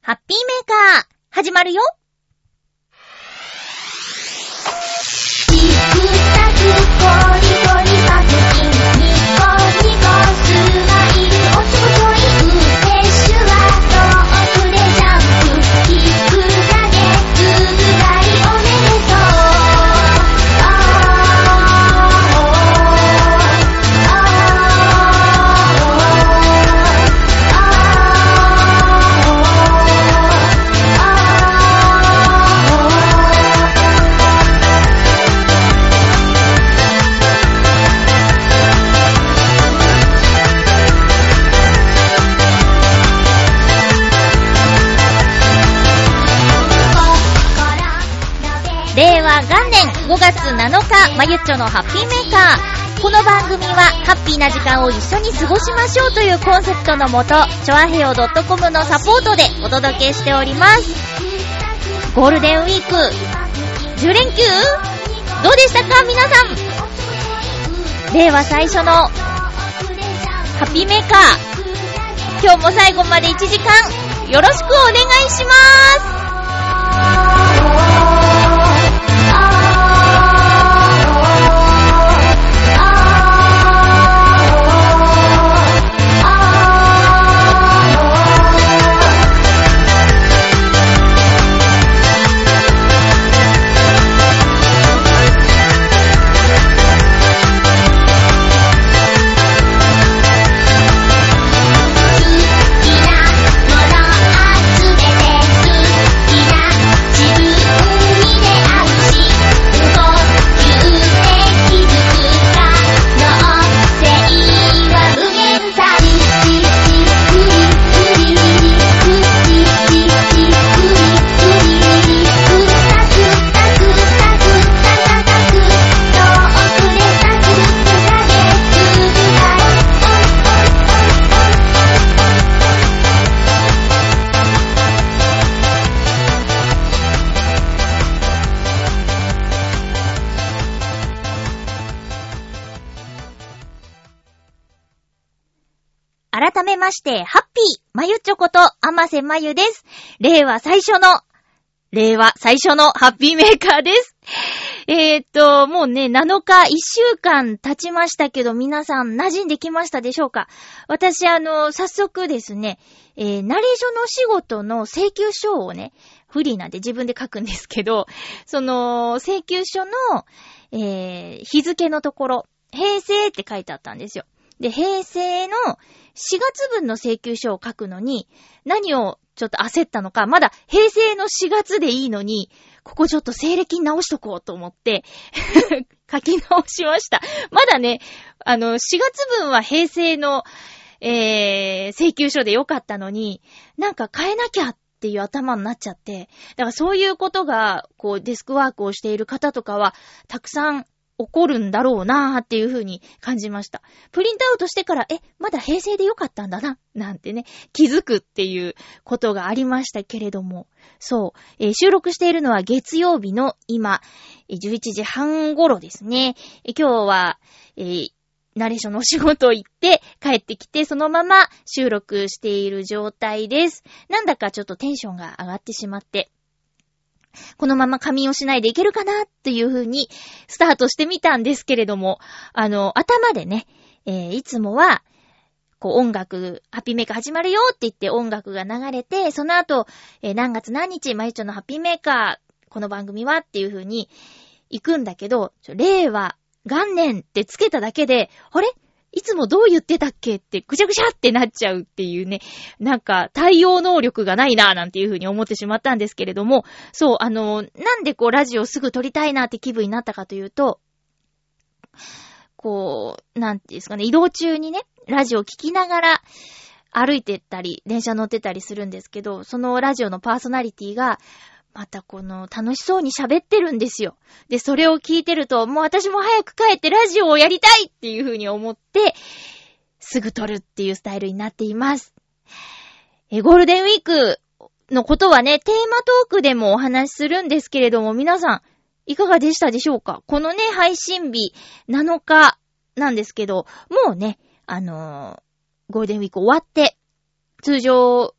ハッピーメーカー始まるよ。令和元年5月7日、まゆっちょのハッピーメーカー。この番組はハッピーな時間を一緒に過ごしましょうというコンセプトのもと、チョアヘヨ .com のサポートでお届けしております。ゴールデンウィーク10連休どうでしたか皆さん。令和最初のハッピーメーカー、今日も最後まで1時間よろしくお願いします。改めまして、ハッピーまゆちょこと甘瀬まゆです。令和最初のハッピーメーカーです。もうね、7日、1週間経ちましたけど、皆さん馴染んできましたでしょうか？私、早速ですね、ナレーションの仕事の請求書をね、フリーなんで自分で書くんですけど、その、請求書の、日付のところ、平成って書いてあったんですよ。で、平成の4月分の請求書を書くのに、何をちょっと焦ったのか、まだ平成の4月でいいのに、ここちょっと西暦に直しとこうと思って、書き直しました。まだね、4月分は平成の、請求書でよかったのに、なんか変えなきゃっていう頭になっちゃって、だからそういうことが、こうデスクワークをしている方とかは、たくさん起こるんだろうなーっていう風に感じました。プリントアウトしてから、まだ平成でよかったんだな、なんてね、気づくっていうことがありましたけれども。そう、収録しているのは月曜日の今、11時半頃ですね。今日は、ナレーションのお仕事行って帰ってきてそのまま収録している状態です。なんだかちょっとテンションが上がってしまって、このまま仮眠をしないでいけるかなっていう風にスタートしてみたんですけれども、頭でね、いつもはこう音楽、ハッピーメーカー始まるよって言って音楽が流れて、その後、何月何日まゆちょのハッピーメーカーこの番組はっていう風に行くんだけど、令和元年ってつけただけで、あれ？いつもどう言ってたっけってぐちゃぐちゃってなっちゃうっていうね、なんか対応能力がないななんていう風に思ってしまったんですけれども、そう、なんでこうラジオすぐ撮りたいなって気分になったかというと、こう、なんていうんですかね、移動中にね、ラジオ聞きながら歩いてったり、電車乗ってたりするんですけど、そのラジオのパーソナリティが、またこの楽しそうに喋ってるんですよ。で、それを聞いてると、もう私も早く帰ってラジオをやりたいっていう風に思って、すぐ撮るっていうスタイルになっています。ゴールデンウィークのことはね、テーマトークでもお話しするんですけれども、皆さん、いかがでしたでしょうか？このね、配信日7日なんですけど、もうね、ゴールデンウィーク終わって、通常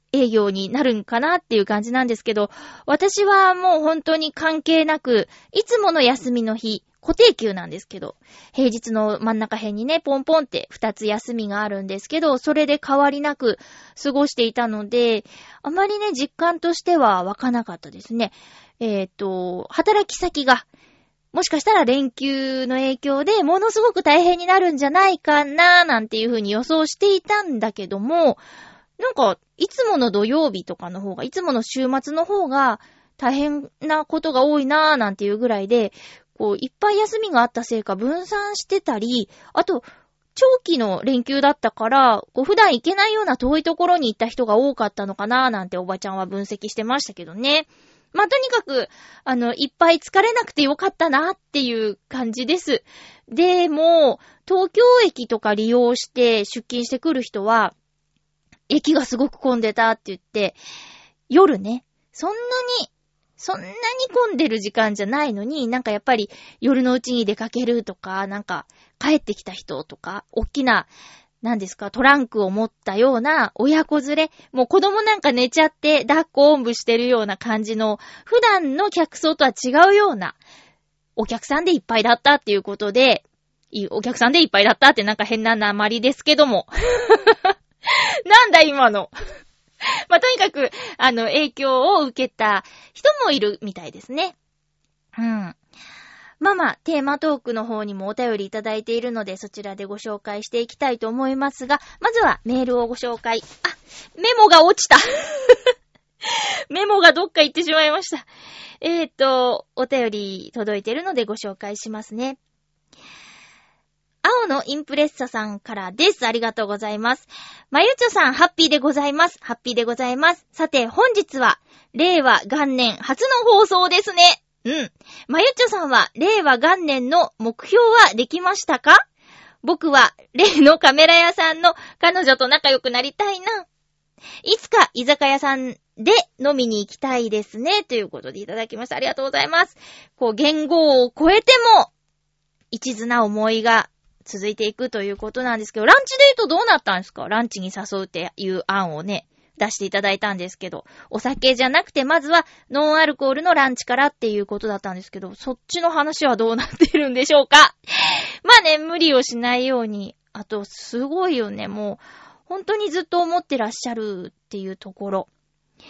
営業になるんかなっていう感じなんですけど、私はもう本当に関係なく、いつもの休みの日、固定給なんですけど、平日の真ん中辺にね、ポンポンって2つ休みがあるんですけど、それで変わりなく過ごしていたので、あまりね、実感としては湧かなかったですね。働き先が、もしかしたら連休の影響でものすごく大変になるんじゃないかななんていうふうに予想していたんだけども、なんか、いつもの土曜日とかの方が、いつもの週末の方が大変なことが多いなぁなんていうぐらいで、こう、いっぱい休みがあったせいか分散してたり、あと、長期の連休だったから、こう、普段行けないような遠いところに行った人が多かったのかなぁなんておばちゃんは分析してましたけどね。まあ、とにかく、いっぱい疲れなくてよかったなっていう感じです。でも、東京駅とか利用して出勤してくる人は、駅がすごく混んでたって言って、夜ね、そんなに混んでる時間じゃないのに、なんかやっぱり夜のうちに出かけるとか、なんか帰ってきた人とか、大きな、なんですか、トランクを持ったような親子連れ、もう子供なんか寝ちゃって抱っこおんぶしてるような感じの、普段の客層とは違うような、お客さんでいっぱいだったっていうことで、お客さんでいっぱいだったってなんか変な訛りですけども。なんだ今の。まあ、とにかく、影響を受けた人もいるみたいですね。うん。まあ、テーマトークの方にもお便りいただいているので、そちらでご紹介していきたいと思いますが、まずはメールをご紹介。メモが落ちた。メモがどっか行ってしまいました。お便り届いているのでご紹介しますね。青のインプレッサさんからです。ありがとうございます。まゆちょさん、ハッピーでございます。ハッピーでございます。さて、本日は、令和元年初の放送ですね。まゆちょさんは、令和元年の目標はできましたか？僕は、例のカメラ屋さんの彼女と仲良くなりたいな。いつか居酒屋さんで飲みに行きたいですね。ということでいただきました。ありがとうございます。こう、言語を超えても、一途な思いが、続いていくということなんですけど、ランチデートどうなったんですか？ランチに誘うっていう案をね、出していただいたんですけど、お酒じゃなくてまずはノンアルコールのランチからっていうことだったんですけど、そっちの話はどうなってるんでしょうか？まあね、無理をしないように、あとすごいよね、もう本当にずっと思ってらっしゃるっていうところ。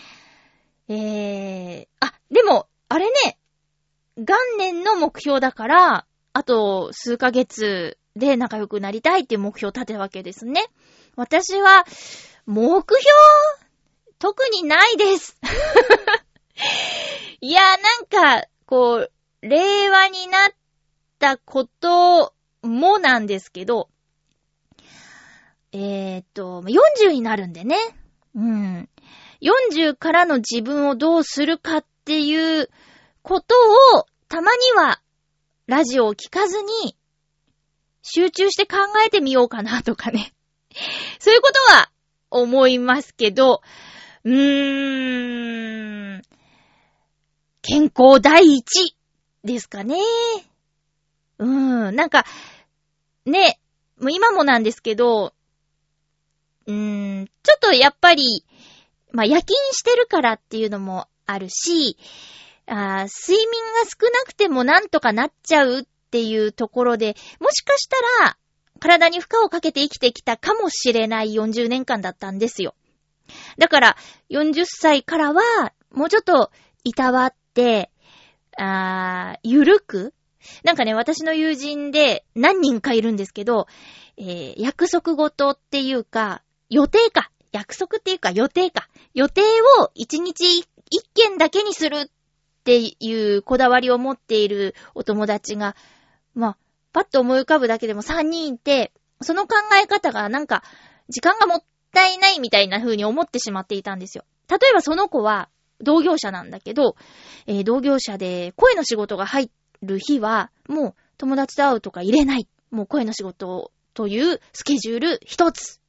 でもあれね、元年の目標だから、あと数ヶ月で仲良くなりたいっていう目標を立てるわけですね。私は、目標、特にないです。いや、なんか、こう、令和になったこともなんですけど、40になるんでね。40からの自分をどうするかっていうことを、たまには、ラジオを聞かずに、集中して考えてみようかなとかね。そういうことは思いますけど、健康第一ですかね。なんか、ね、もう今もなんですけど、ちょっとやっぱり、まあ夜勤してるからっていうのもあるし、睡眠が少なくてもなんとかなっちゃうっていうところで、もしかしたら体に負荷をかけて生きてきたかもしれない40年間だったんですよ。だから40歳からはもうちょっといたわって、ゆるく、なんかね、私の友人で何人かいるんですけど、約束事っていうか、予定を1日1件だけにするっていうこだわりを持っているお友達が、まあ、パッと思い浮かぶだけでも3人いて、その考え方がなんか、時間がもったいないみたいな風に思ってしまっていたんですよ。例えばその子は同業者なんだけど、同業者で声の仕事が入る日は、もう友達と会うとか入れない。もう声の仕事というスケジュール一つって。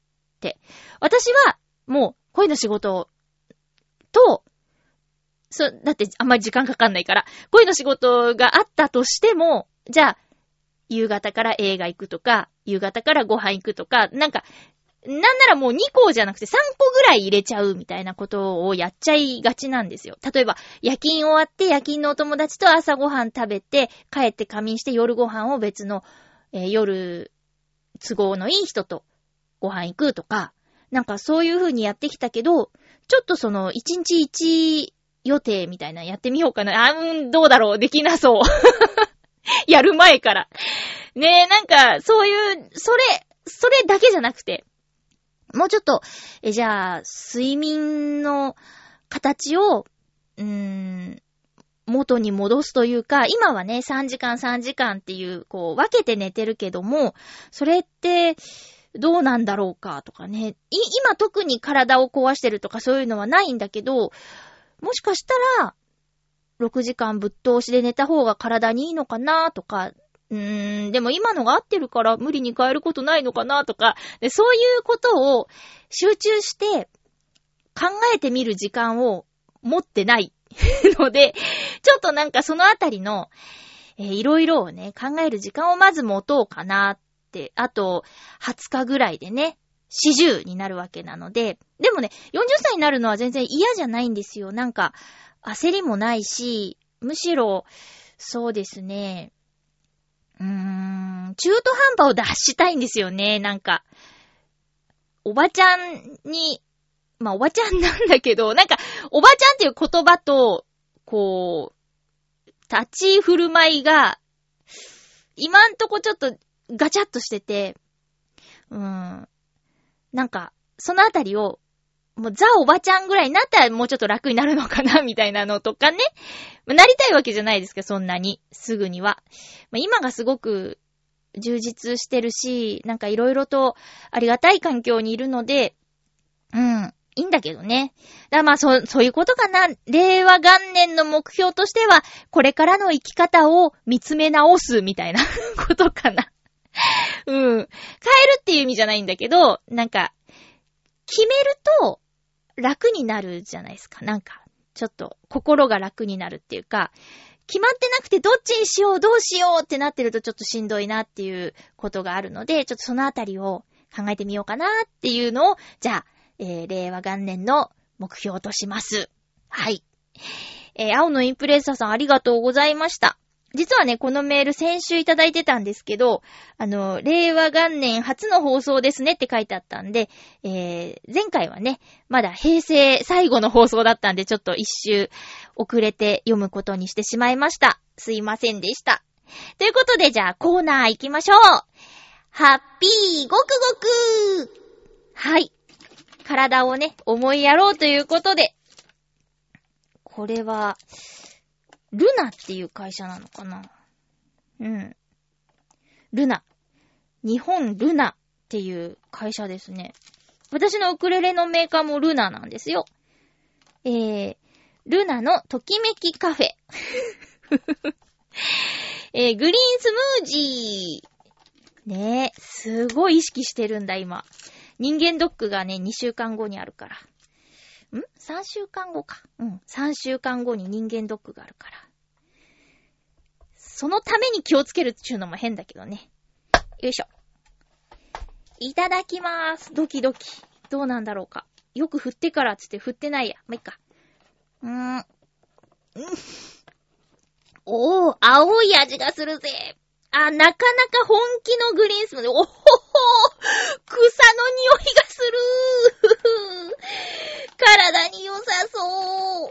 私はもう声の仕事と、だってあんまり時間かかんないから、声の仕事があったとしても、じゃあ、夕方から映画行くとか、夕方からご飯行くとか、なんか、 なんならもう2個じゃなくて3個ぐらい入れちゃうみたいなことをやっちゃいがちなんですよ。例えば、夜勤終わって夜勤のお友達と朝ごはん食べて、帰って仮眠して夜ご飯を別の、夜都合のいい人とご飯行くとか、なんかそういう風にやってきたけど、ちょっとその1日1予定みたいなやってみようかな。どうだろう、できなそう。やる前から。ねえ、なんかそういう、それだけじゃなくて、もうちょっと、じゃあ、睡眠の形を、元に戻すというか、今はね、3時間っていう、こう、分けて寝てるけども、それって、どうなんだろうかとかね。今特に体を壊してるとかそういうのはないんだけど、もしかしたら、6時間ぶっ通しで寝た方が体にいいのかなとか、でも今のが合ってるから無理に変えることないのかなとか、でそういうことを集中して考えてみる時間を持ってないので、ちょっとなんかそのあたりの、いろいろをね、考える時間をまず持とうかなって、あと20日ぐらいでね、40になるわけなので、でもね、40歳になるのは全然嫌じゃないんですよ。なんか焦りもないし、むしろそうですね、中途半端を脱したいんですよね。なんか、おばちゃんに、まあ、おばちゃんなんだけど、なんか、おばちゃんっていう言葉と、こう、立ち振る舞いが、今んとこちょっとガチャッとしてて、なんか、そのあたりを、もうザおばちゃんぐらいになったらもうちょっと楽になるのかなみたいなのとかね。なりたいわけじゃないですか、そんなに。すぐには。今がすごく充実してるし、なんかいろいろとありがたい環境にいるので、いいんだけどね。だからまあそういうことかな。令和元年の目標としては、これからの生き方を見つめ直すみたいなことかな。変えるっていう意味じゃないんだけど、なんか、決めると楽になるじゃないですか。なんか、ちょっと心が楽になるっていうか、決まってなくてどっちにしようどうしようってなってるとちょっとしんどいなっていうことがあるので、ちょっとそのあたりを考えてみようかなっていうのを、じゃあ、令和元年の目標とします。はい。青のインプレッサさんありがとうございました。実はね、このメール先週いただいてたんですけど、令和元年初の放送ですねって書いてあったんで、前回はね、まだ平成最後の放送だったんで、ちょっと一周遅れて読むことにしてしまいました。すいませんでした。ということで、じゃあコーナー行きましょう。ハッピーごくごく。はい。体をね、思いやろうということで、これは、ルナっていう会社なのかな？ルナ。日本ルナっていう会社ですね。私のウクレレのメーカーもルナなんですよ。ルナのときめきカフェ。グリーンスムージー。ねえ、すごい意識してるんだ今。人間ドックがね、2週間後にあるから。3週間後か。3週間後に人間ドックがあるから。そのために気をつけるっていうのも変だけどね。よいしょ。いただきまーす。ドキドキ。どうなんだろうか。よく振ってからつって振ってないや。まあ、いっか。おー、青い味がするぜ。なかなか本気のグリーンスムージー。おほほ草の匂いがする体に良さそう。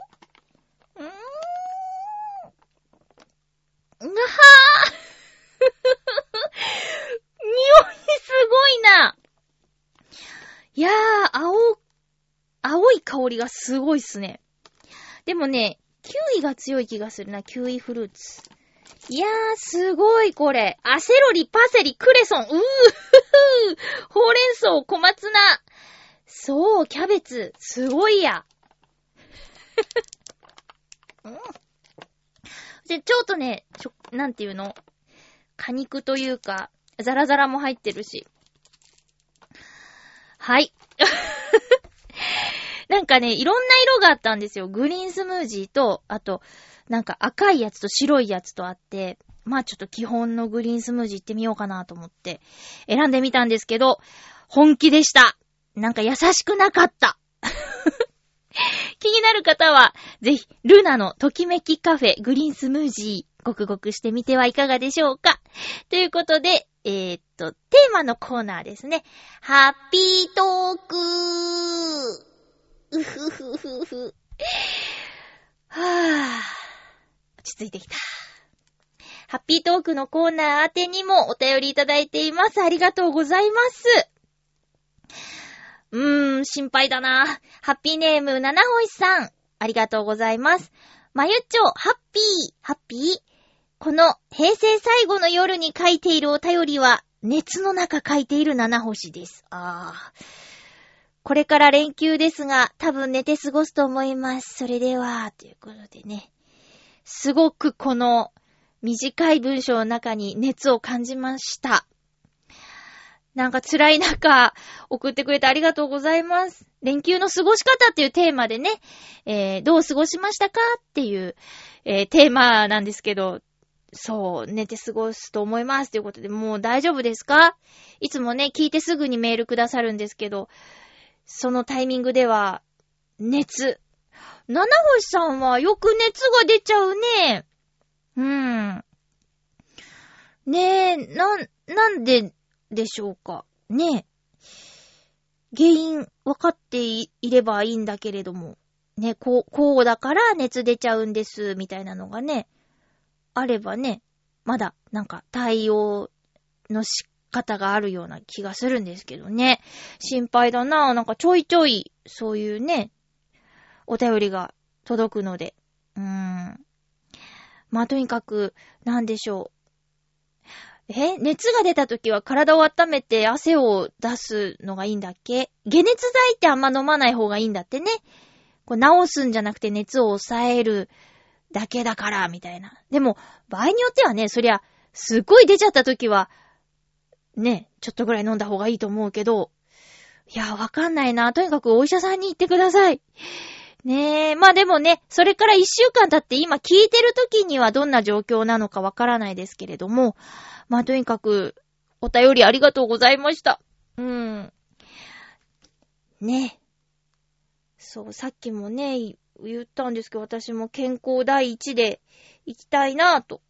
うわは匂いすごいな。いやー、青い香りがすごいっすね。でもね、キウイが強い気がするな、キウイフルーツ。いやー、すごいこれ。セロリ、パセリ、クレソン、ほうれん草、小松菜。そう、キャベツ、すごいや。で、ちょっとね、なんていうの？果肉というか、ザラザラも入ってるし。はい。なんかね、いろんな色があったんですよ。グリーンスムージーと、あと、なんか赤いやつと白いやつとあって、まあちょっと基本のグリーンスムージー行ってみようかなと思って選んでみたんですけど、 本気でした。なんか優しくなかった。気になる方は、ぜひ、ルナのときめきカフェグリーンスムージー、ごくごくしてみてはいかがでしょうか。ということで、テーマのコーナーですね。ハッピートークうふふふふ。はぁ。落ち着いてきた。ハッピートークのコーナー宛てにもお便りいただいています。ありがとうございます。心配だな。ハッピーネーム七星さん。ありがとうございます。まゆっちょ、ハッピー。この平成最後の夜に書いているお便りは、熱の中書いている七星です。これから連休ですが、多分寝て過ごすと思います。それでは、ということでね。すごくこの短い文章の中に熱を感じました。なんか辛い中、送ってくれてありがとうございます。連休の過ごし方っていうテーマでね、どう過ごしましたかっていう、テーマなんですけど、そう、寝て過ごすと思いますということで、もう大丈夫ですか？いつもね、聞いてすぐにメールくださるんですけど、そのタイミングでは、熱。七星さんはよく熱が出ちゃうね。ねえ、なんででしょうか。ねえ。原因分かっていればいいんだけれども、ね、こうだから熱出ちゃうんです、みたいなのがね、あればね、まだなんか対応の仕方があるような気がするんですけどね。心配だな。なんかちょいちょいそういうね、お便りが届くので。まあ、とにかく、なんでしょう。熱が出た時は体を温めて汗を出すのがいいんだっけ？解熱剤ってあんま飲まない方がいいんだってね。こう治すんじゃなくて熱を抑えるだけだから、みたいな。でも、場合によってはね、そりゃ、すっごい出ちゃった時は、ね、ちょっとぐらい飲んだ方がいいと思うけど、いや、わかんないな。とにかくお医者さんに行ってください。ねえ、まあでもね、それから1週間経って今聞いてる時にはどんな状況なのかわからないですけれども、まあとにかく、お便りありがとうございました。ねえ。そう、さっきもね、言ったんですけど、私も健康第一で行きたいなぁと。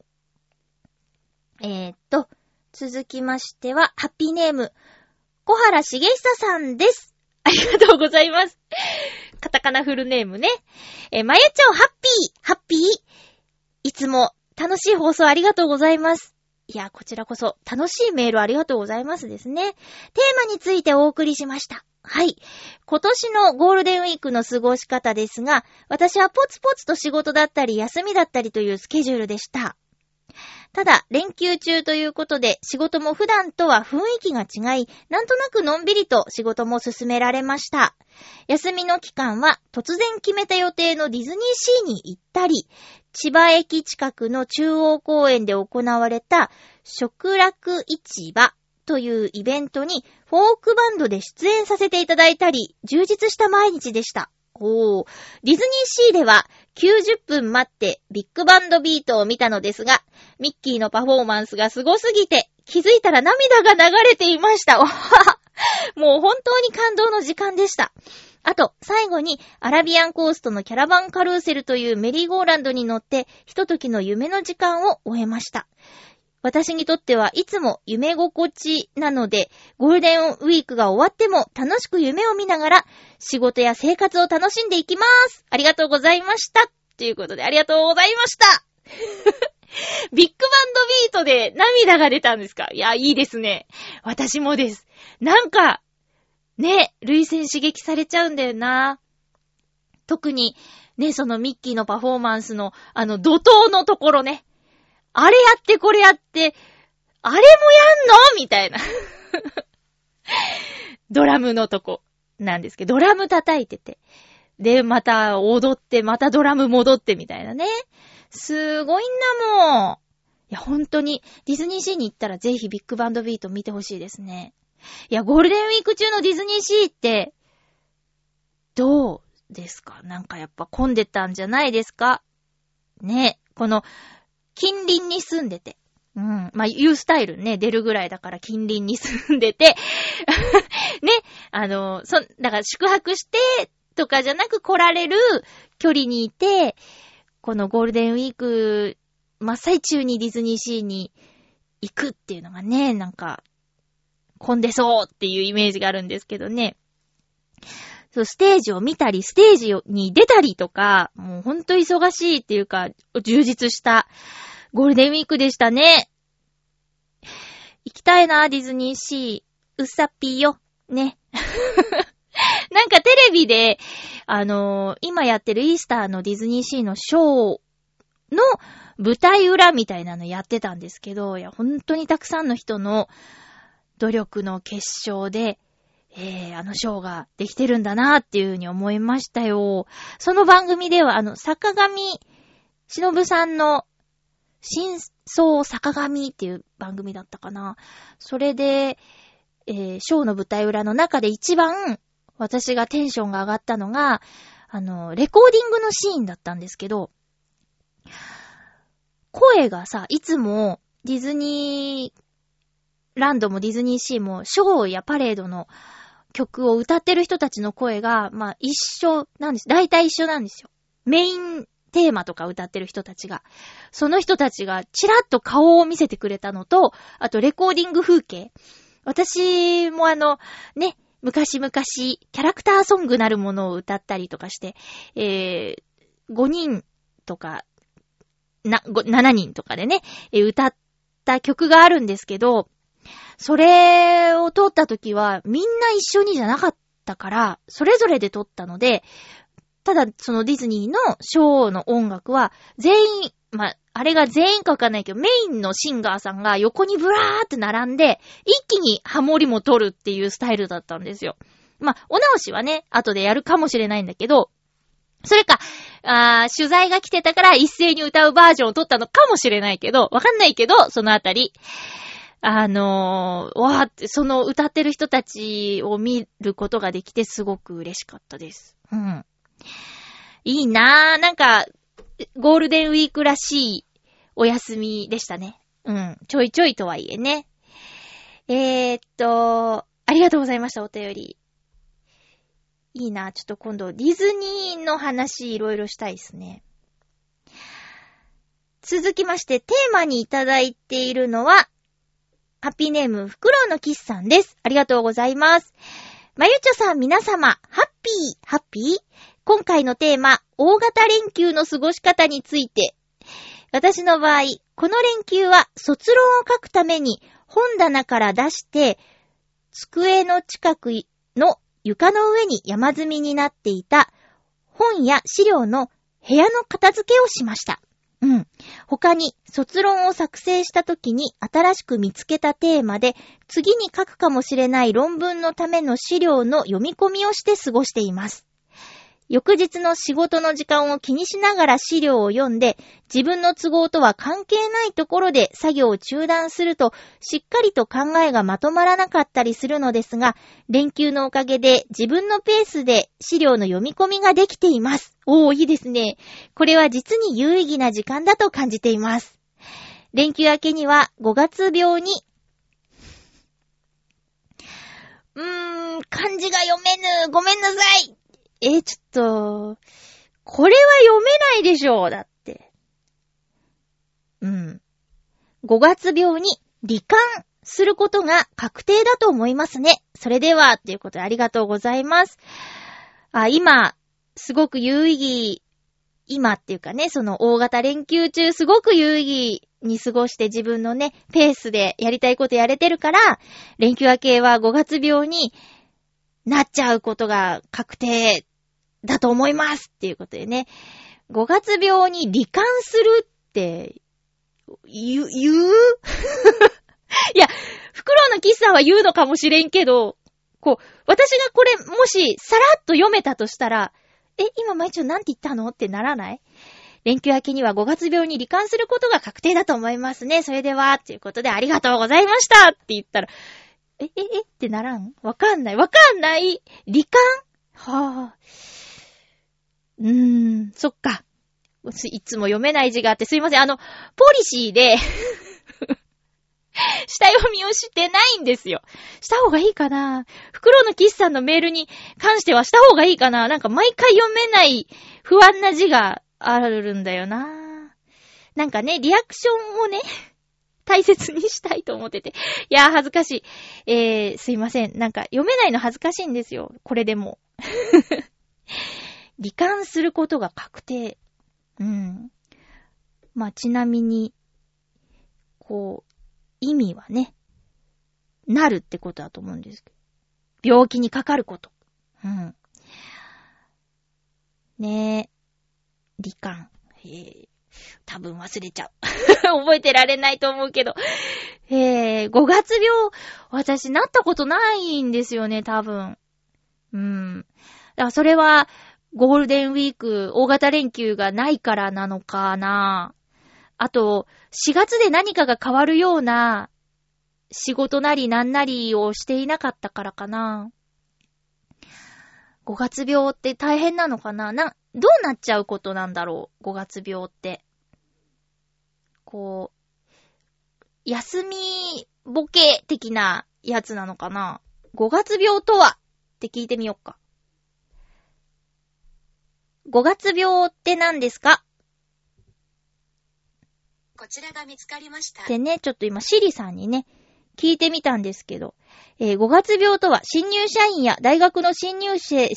続きましては、ハッピーネーム、小原茂久さんです。ありがとうございます。カタカナフルネームね。まゆちょハッピー。いつも楽しい放送ありがとうございます。いや、こちらこそ楽しいメールありがとうございますですね。テーマについてお送りしました。はい。今年のゴールデンウィークの過ごし方ですが、私はポツポツと仕事だったり休みだったりというスケジュールでした。ただ、連休中ということで、仕事も普段とは雰囲気が違い、なんとなくのんびりと仕事も進められました。休みの期間は、突然決めた予定のディズニーシーに行ったり、千葉駅近くの中央公園で行われた、食楽市場というイベントに、フォークバンドで出演させていただいたり、充実した毎日でした。ディズニーシーでは90分待ってビッグバンドビートを見たのですが、ミッキーのパフォーマンスがすごすぎて気づいたら涙が流れていました。もう本当に感動の時間でした。あと、最後にアラビアンコーストのキャラバンカルーセルというメリーゴーランドに乗ってひとときの夢の時間を終えました。私にとってはいつも夢心地なので、ゴールデンウィークが終わっても楽しく夢を見ながら仕事や生活を楽しんでいきます。ありがとうございました。ということでありがとうございました。ビッグバンドビートで涙が出たんですか？いや、いいですね。私もです。なんか、ね、涙腺刺激されちゃうんだよな。特に、ね、そのミッキーのパフォーマンスの怒涛のところね。あれやってこれやって、あれもやんのみたいな。ドラムのとこなんですけど、ドラム叩いてて。で、また踊って、またドラム戻ってみたいなね。すごいんだもん。いや、本当にディズニーシーに行ったらぜひビッグバンドビート見てほしいですね。いや、ゴールデンウィーク中のディズニーシーって、どうですか？なんかやっぱ混んでたんじゃないですか？ね、この、近隣に住んでて。まあ、ユースタイルね、出るぐらいだから近隣に住んでて、 ね、だから宿泊してとかじゃなく来られる距離にいて、このゴールデンウィーク真っ最中にディズニーシーに行くっていうのがね、なんか混んでそうっていうイメージがあるんですけどね。そう、ステージを見たり、ステージに出たりとか、もうほんと忙しいっていうか、充実したゴールデンウィークでしたね。行きたいな、ディズニーシー。うっさっぴーよ。ね。なんかテレビで、今やってるイースターのディズニーシーのショーの舞台裏みたいなのやってたんですけど、いや、本当にたくさんの人の努力の結晶で、あのショーができてるんだなっていう風に思いましたよ。その番組では、坂上忍さんの真相坂上っていう番組だったかな。それで、ショーの舞台裏の中で一番私がテンションが上がったのが、レコーディングのシーンだったんですけど、声がさ、いつもディズニーランドもディズニーシーもショーやパレードの曲を歌ってる人たちの声が、まあ一緒なんです。大体一緒なんですよ。メインテーマとか歌ってる人たちが。その人たちがチラッと顔を見せてくれたのと、あとレコーディング風景。私もね、昔々キャラクターソングなるものを歌ったりとかして、5人とか、7人とかでね、歌った曲があるんですけど、それを撮った時はみんな一緒にじゃなかったから、それぞれで撮ったので、ただそのディズニーのショーの音楽は全員、まあ、あれが全員かわかんないけど、メインのシンガーさんが横にブラーって並んで、一気にハモリも撮るっていうスタイルだったんですよ。まあ、お直しはね、後でやるかもしれないんだけど、それか、取材が来てたから一斉に歌うバージョンを撮ったのかもしれないけど、わかんないけど、そのあたり。わーって、その歌ってる人たちを見ることができてすごく嬉しかったです。うん。いいなぁ。なんか、ゴールデンウィークらしいお休みでしたね。うん。ちょいちょいとはいえね。ありがとうございました、お便り。いいなぁ。ちょっと今度、ディズニーの話いろいろしたいですね。続きまして、テーマにいただいているのは、ハッピーネーム、フクロウのキスさんです。ありがとうございます。まゆちょさん、皆様、ハッピー今回のテーマ、大型連休の過ごし方について。私の場合、この連休は卒論を書くために本棚から出して、机の近くの床の上に山積みになっていた本や資料の部屋の片付けをしました。うん。他に卒論を作成した時に新しく見つけたテーマで次に書くかもしれない論文のための資料の読み込みをして過ごしています。翌日の仕事の時間を気にしながら資料を読んで、自分の都合とは関係ないところで作業を中断すると、しっかりと考えがまとまらなかったりするのですが、連休のおかげで自分のペースで資料の読み込みができています。おー、いいですね。これは実に有意義な時間だと感じています。連休明けには5月病に、漢字が読めぬ。ごめんなさい。ちょっと、これは読めないでしょう。だって。5月病に罹患することが確定だと思いますね。それでは、ということでありがとうございます。今、すごく有意義、今っていうかね、その大型連休中すごく有意義に過ごして自分のね、ペースでやりたいことやれてるから、連休明けは5月病になっちゃうことが確定だと思いますっていうことでね。5月病に罹患するって言ういや、フクロウのキスさんは言うのかもしれんけど、私がこれもしさらっと読めたとしたら、今毎日なんて言ったのってならない？連休明けには5月病に罹患することが確定だと思いますね。それでは、ということでありがとうございましたって言ったら、ってならん？わかんない。罹患？はぁ。そっか。いつも読めない字があってすいません。ポリシーで、 下読みをしてないんですよ。した方がいいかな？袋のキスさんのメールに関してはした方がいいかな？なんか毎回読めない不安な字があるんだよな。なんかね、リアクションをね、大切にしたいと思ってて。いやー恥ずかしい。すいません。なんか読めないの恥ずかしいんですよ。これでも。罹患することが確定。まあ、ちなみに、こう、意味はね、なるってことだと思うんですけど。病気にかかること。ねえ。罹患。多分忘れちゃう。覚えてられないと思うけど。5月病、私なったことないんですよね、多分。だからそれは、ゴールデンウィーク、大型連休がないからなのかな。あと、4月で何かが変わるような仕事なりなんなりをしていなかったからかな。5月病って大変なのかな？どうなっちゃうことなんだろう？ 5 月病って。こう、休みボケ的なやつなのかな？ 5 月病とはって聞いてみよっか。5月病って何ですか？ こちらが見つかりました。 でね、ちょっと今シリさんにね、聞いてみたんですけど、5月病とは新入社員や大学の新入生、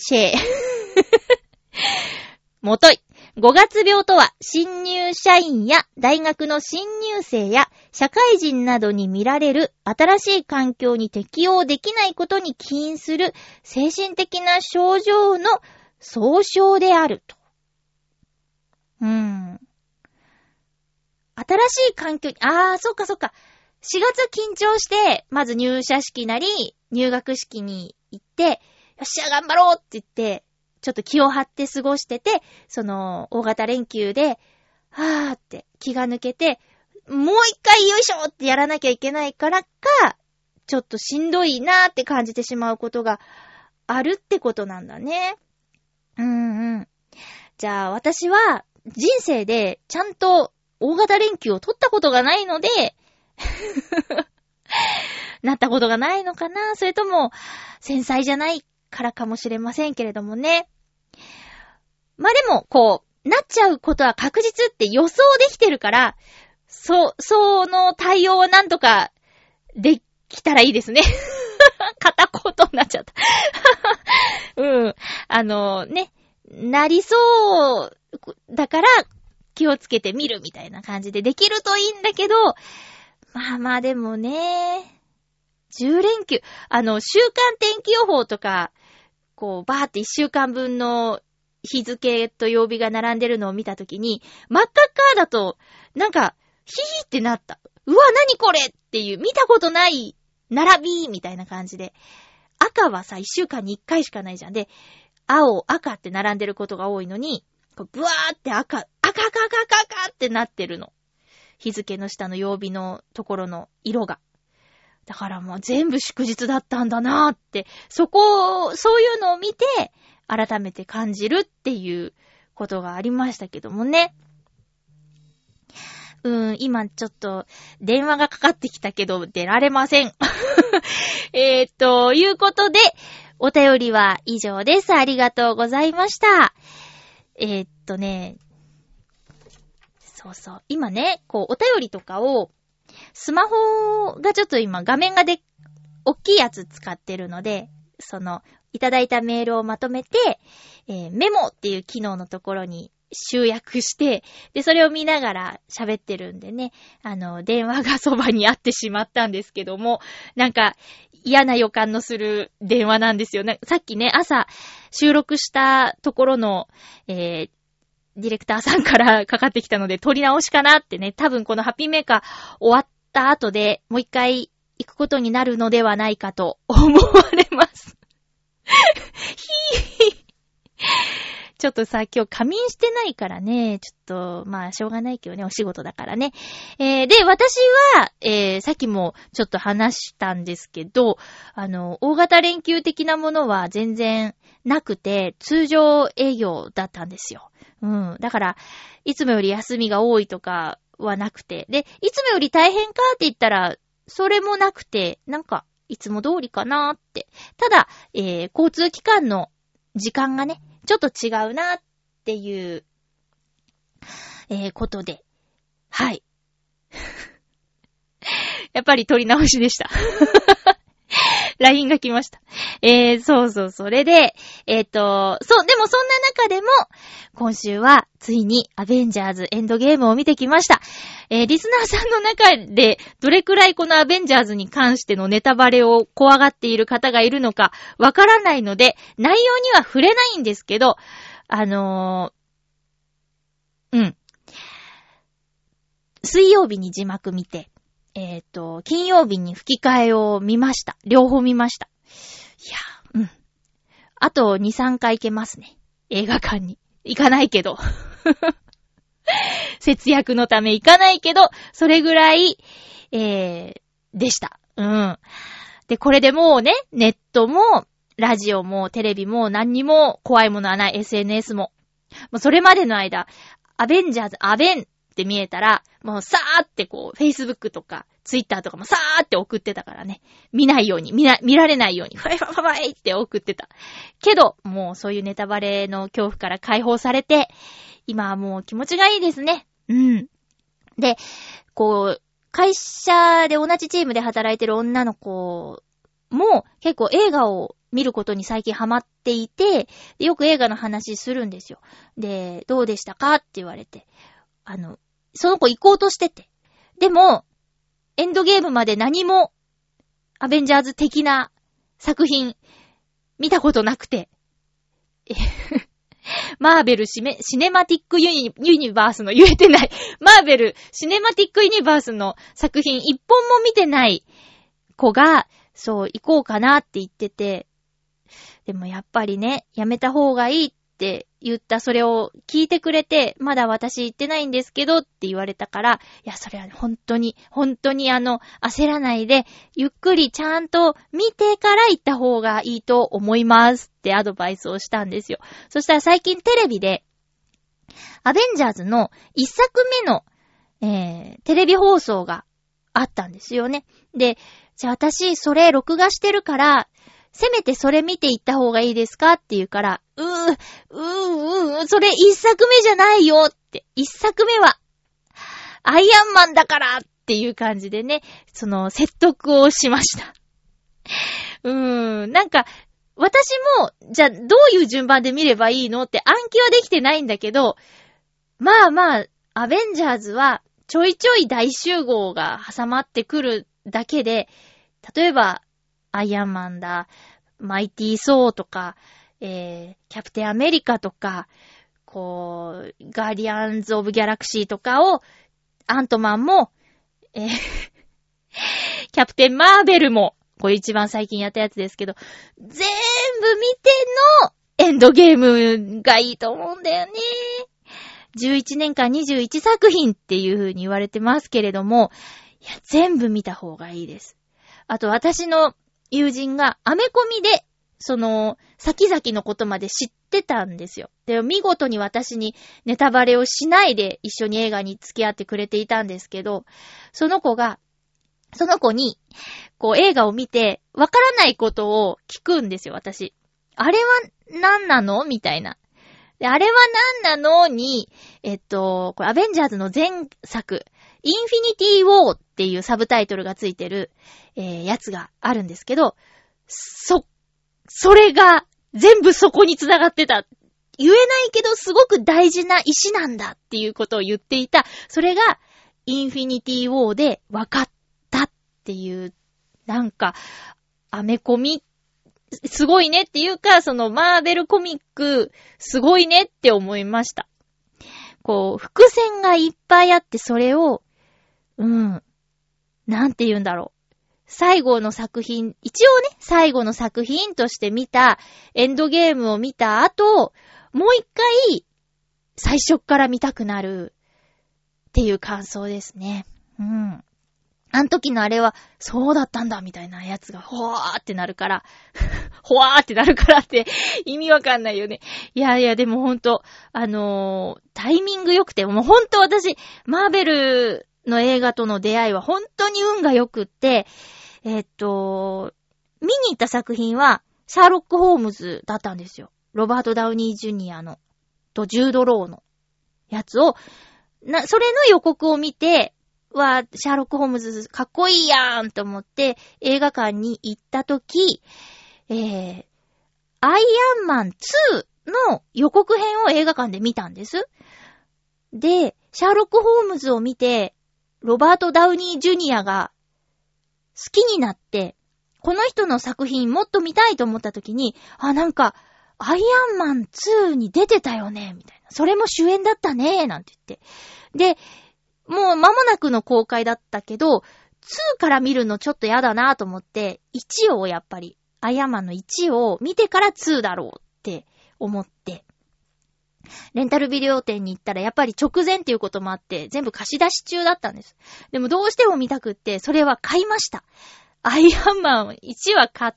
もとい。5月病とは新入社員や大学の新入生や社会人などに見られる新しい環境に適応できないことに起因する精神的な症状の総称であると。新しい環境に、そっか。4月緊張して、まず入社式なり、入学式に行って、よっしゃ、頑張ろうって言って、ちょっと気を張って過ごしてて、その、大型連休で、って気が抜けて、もう一回よいしょってやらなきゃいけないからか、ちょっとしんどいなーって感じてしまうことがあるってことなんだね。じゃあ、私は、人生でちゃんと大型連休を取ったことがないので、なったことがないのかな？それとも、繊細じゃないからかもしれませんけれどもね。まあ、でも、こう、なっちゃうことは確実って予想できてるから、その対応をなんとかできたらいいですね。片言になっちゃった。ね、なりそうだから気をつけてみるみたいな感じでできるといいんだけど、まあでもね、10連休、週間天気予報とか、こう、バーって1週間分の日付と曜日が並んでるのを見たときに、真っ赤っかだと、なんか、ヒーってなった。うわ、何これっていう、見たことない並びみたいな感じで。赤はさ、1週間に1回しかないじゃん。で、青、赤って並んでることが多いのに、ブワーって赤ってなってるの。日付の下の曜日のところの色が。だからもう全部祝日だったんだなーって、そういうのを見て、改めて感じるっていうことがありましたけどもね。今ちょっと電話がかかってきたけど出られません。ということで、お便りは以上です。ありがとうございました。そう。今ね、こう、お便りとかを、スマホがちょっと今画面が大きいやつ使ってるので、いただいたメールをまとめて、メモっていう機能のところに集約して、で、それを見ながら喋ってるんでね、電話がそばにあってしまったんですけども、なんか嫌な予感のする電話なんですよね。さっきね、朝収録したところの、ディレクターさんからかかってきたので撮り直しかなってね、多分このハッピーメーカー終わった後でもう一回行くことになるのではないかと思われます。ちょっとさ、今日仮眠してないからね、ちょっと、しょうがないけどね、お仕事だからね。で、私は、さっきもちょっと話したんですけど、大型連休的なものは全然なくて、通常営業だったんですよ。だから、いつもより休みが多いとかはなくて。で、いつもより大変かって言ったら、 それもなくて、なんか、いつも通りかなーって。ただ、交通機関の時間がね、ちょっと違うなっていう、ことで。はい。やっぱり撮り直しでした。LINE が来ました。それで、でもそんな中でも、今週はついにアベンジャーズエンドゲームを見てきました。リスナーさんの中でどれくらいこのアベンジャーズに関してのネタバレを怖がっている方がいるのかわからないので、内容には触れないんですけど、水曜日に字幕見て、金曜日に吹き替えを見ました。両方見ました。いや、あと2、3回行けますね。映画館に。行かないけど。節約のため行かないけど、それぐらい、でした。で、これでもうね、ネットも、ラジオも、テレビも、何にも怖いものはない、SNS も。もうそれまでの間、アベンジャーズ、って見えたら、もうさーってこう、Facebook とか、Twitter とかもさーって送ってたからね。見ないように、見られないように、ファイって送ってた。けど、もうそういうネタバレの恐怖から解放されて、今はもう気持ちがいいですね。で、こう、会社で同じチームで働いてる女の子も結構映画を見ることに最近ハマっていて、よく映画の話するんですよ。で、どうでしたかって言われて。その子行こうとしてて。でも、エンドゲームまで何も、アベンジャーズ的な作品、見たことなくて。マーベルシネマティックユニバースの言えてない。マーベルシネマティックユニバースの作品一本も見てない子が、そう、行こうかなって言ってて。でもやっぱりね、やめた方がいいって言ったそれを聞いてくれて、まだ私言ってないんですけどって言われたから、いや、それは本当に焦らないで、ゆっくりちゃんと見てから行った方がいいと思いますってアドバイスをしたんですよ。そしたら最近テレビで、アベンジャーズの一作目の、テレビ放送があったんですよね。で、じゃあ私それ録画してるから、せめてそれ見ていった方がいいですかって言うから、それ一作目じゃないよって。一作目は、アイアンマンだからっていう感じでね、その説得をしました。なんか、私も、じゃあどういう順番で見ればいいのって暗記はできてないんだけど、まあ、アベンジャーズはちょいちょい大集合が挟まってくるだけで、例えば、アイアンマンだ、マイティー・ソーとか、キャプテンアメリカとか、こう、ガーディアンズ・オブ・ギャラクシーとかを、アントマンも、キャプテン・マーベルも、これ一番最近やったやつですけど、全部見てのエンドゲームがいいと思うんだよね。11年間21作品っていう風に言われてますけれども、いや、全部見た方がいいです。あと私の友人がアメコミで、その、先々のことまで知ってたんですよ。で、見事に私にネタバレをしないで一緒に映画に付き合ってくれていたんですけど、その子に、こう映画を見て、わからないことを聞くんですよ、私。あれは何なのみたいな。で、あれは何なのに、これアベンジャーズの前作、インフィニティ・ウォーっていうサブタイトルがついてる、やつがあるんですけど、それが全部そこに繋がってた。言えないけどすごく大事な石なんだっていうことを言っていた。それがインフィニティ・ウォーで分かったっていう、なんか、アメコミ、すごいねっていうか、そのマーベルコミック、すごいねって思いました。こう、伏線がいっぱいあって、それを、なんて言うんだろう。最後の作品、一応ね、最後の作品として見た、エンドゲームを見た後、もう一回、最初から見たくなるっていう感想ですね。あの時のあれは、そうだったんだみたいなやつが、ほわーってなるから、ほわーってなるからって意味わかんないよね。いや、でもほんと、タイミング良くて、もうほんと私、マーベルの映画との出会いは本当に運が良くって、見に行った作品は、シャーロック・ホームズだったんですよ。ロバート・ダウニー・ジュニアの、とジュード・ローのやつを、それの予告を見て、シャーロック・ホームズかっこいいやんと思って映画館に行ったとき、アイアンマン2の予告編を映画館で見たんです。で、シャーロック・ホームズを見て、ロバート・ダウニー・ジュニアが好きになって、この人の作品もっと見たいと思ったときに、なんか、アイアンマン2に出てたよね、みたいな。それも主演だったね、なんて言って。で、もう間もなくの公開だったけど、2から見るのちょっとやだなと思って、1をやっぱり、アイアンマンの1を見てから2だろうって思って、レンタルビデオ店に行ったらやっぱり直前っていうこともあって、全部貸し出し中だったんです。でもどうしても見たくって、それは買いました。アイアンマン1は買って、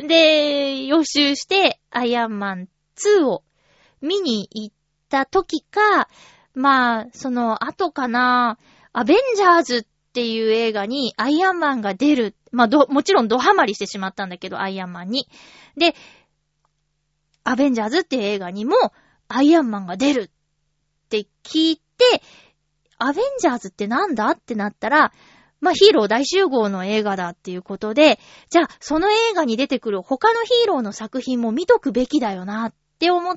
で、予習して、アイアンマン2を見に行った時か、まあ、その後かな、アベンジャーズっていう映画にアイアンマンが出る。まあ、もちろんドハマりしてしまったんだけど、アイアンマンに。で、アベンジャーズっていう映画にもアイアンマンが出るって聞いて、アベンジャーズってなんだってなったら、まあ、ヒーロー大集合の映画だっていうことで、じゃあ、その映画に出てくる他のヒーローの作品も見とくべきだよなって思って、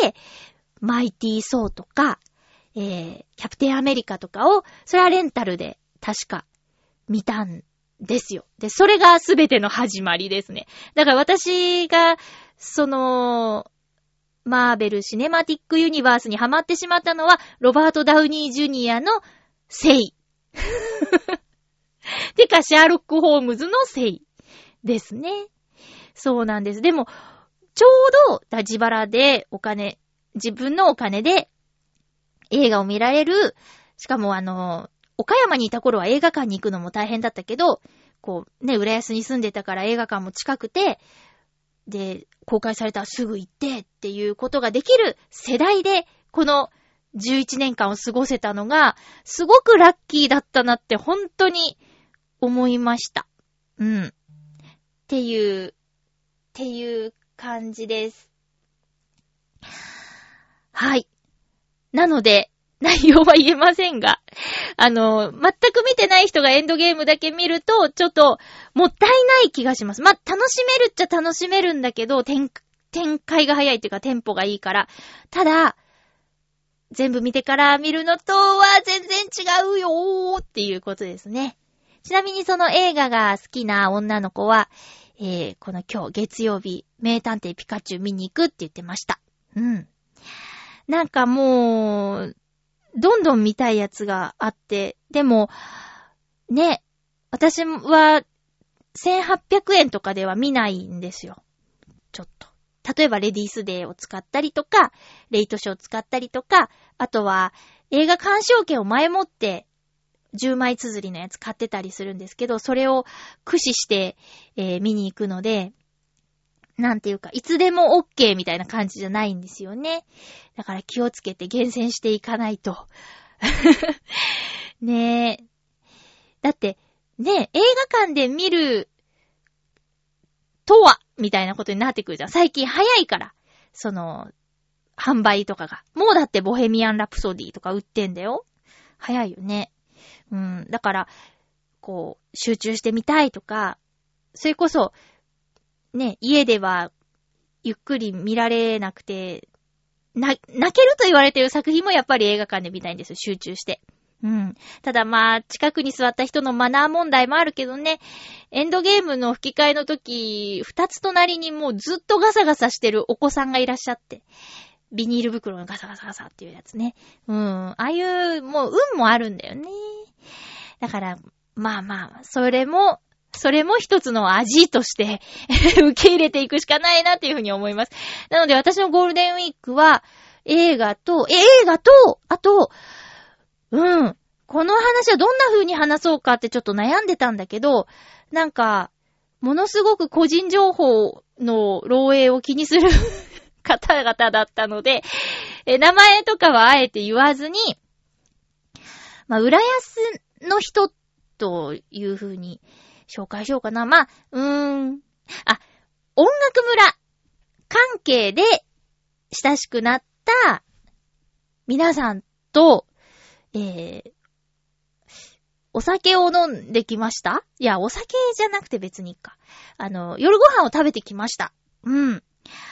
マイティー・ソーとか、キャプテンアメリカとかを、それはレンタルで確か見たんですよ。で、それが全ての始まりですね。だから私が、マーベル・シネマティック・ユニバースにハマってしまったのは、ロバート・ダウニー・ジュニアのセイ。てか、シャーロック・ホームズのセイですね。そうなんです。でも、ちょうど、自腹で自分のお金で映画を見られる、しかも岡山にいた頃は映画館に行くのも大変だったけど、こうね、浦安に住んでたから映画館も近くて、で、公開されたらすぐ行ってっていうことができる世代で、この11年間を過ごせたのが、すごくラッキーだったなって本当に思いました。うん。っていう感じです。はい。なので、内容は言えませんが、全く見てない人がエンドゲームだけ見ると、ちょっと、もったいない気がします。まあ、楽しめるっちゃ楽しめるんだけど、展開が早いっていうか、テンポがいいから。ただ、全部見てから見るのとは全然違うよーっていうことですね。ちなみにその映画が好きな女の子は、この今日月曜日、名探偵ピカチュウ見に行くって言ってました。うん。なんかもう、どんどん見たいやつがあって、でも、ね、私は1800円とかでは見ないんですよ。ちょっと。例えばレディースデーを使ったりとか、レイトショーを使ったりとか、あとは映画鑑賞券を前もって10枚綴りのやつ買ってたりするんですけど、それを駆使して、見に行くので、なんていうか、いつでも OK みたいな感じじゃないんですよね。だから気をつけて厳選していかないと。ねえ。だって、ねえ、映画館で見るとは、みたいなことになってくるじゃん。最近早いから。販売とかが。もうだってボヘミアン・ラプソディとか売ってんだよ。早いよね。うん。だから、こう、集中してみたいとか、それこそ、ね、家ではゆっくり見られなくて、泣けると言われている作品もやっぱり映画館で見たいんですよ、集中して。うん。ただまあ、近くに座った人のマナー問題もあるけどね、エンドゲームの吹き替えの時、二つ隣にもうずっとガサガサしてるお子さんがいらっしゃって、ビニール袋のガサガサガサっていうやつね。うん。ああいう、もう運もあるんだよね。だから、まあまあ、それも一つの味として受け入れていくしかないなっていうふうに思います。なので私のゴールデンウィークは映画と、あと、この話はどんな風に話そうかってちょっと悩んでたんだけど、なんか、ものすごく個人情報の漏洩を気にする方々だったので、名前とかはあえて言わずに、 まあ、浦安の人という風に紹介しようかな。まあ、音楽村関係で親しくなった皆さんと、お酒を飲んできました？いや、お酒じゃなくて別にいいか。夜ご飯を食べてきました。うん。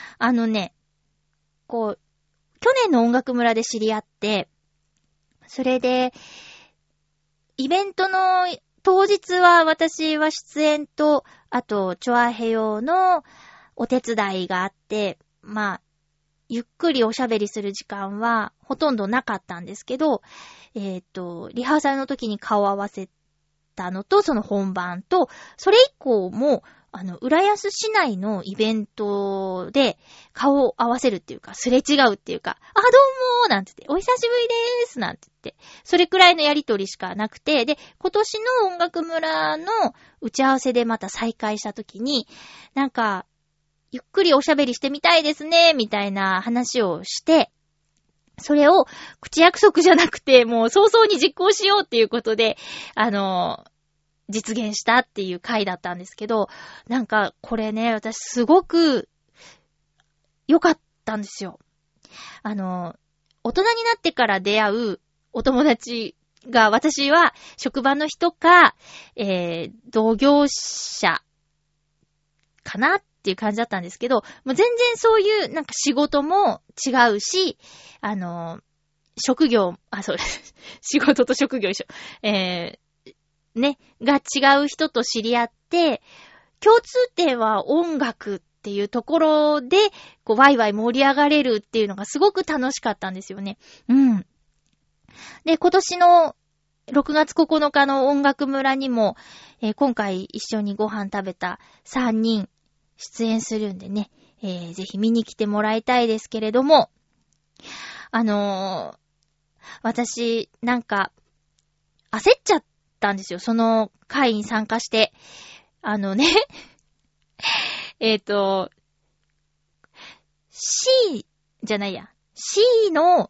去年の音楽村で知り合って、それで、イベントの当日は私は出演と、あと、チョアヘヨのお手伝いがあって、まあ、ゆっくりおしゃべりする時間はほとんどなかったんですけど、リハーサルの時に顔を合わせたのと、その本番と、それ以降も、浦安市内のイベントで顔を合わせるっていうか、すれ違うっていうか、どうもーなんて言って、お久しぶりでーすなんて言って、それくらいのやりとりしかなくて、で、今年の音楽村の打ち合わせでまた再会した時に、なんか、ゆっくりおしゃべりしてみたいですね、みたいな話をして、それを口約束じゃなくて、もう早々に実行しようっていうことで、実現したっていう回だったんですけど、なんかこれね、私すごく良かったんですよ。大人になってから出会うお友達が、私は職場の人か、同業者かなっていう感じだったんですけど、もう全然そういうなんか仕事も違うし、職業、そうです。仕事と職業一緒。が違う人と知り合って、共通点は音楽っていうところで、ワイワイ盛り上がれるっていうのがすごく楽しかったんですよね。うん。で、今年の6月9日の音楽村にも、今回一緒にご飯食べた3人出演するんでね、ぜひ見に来てもらいたいですけれども、私、なんか、焦っちゃったんですよ。その会に参加して。C じゃないや。C の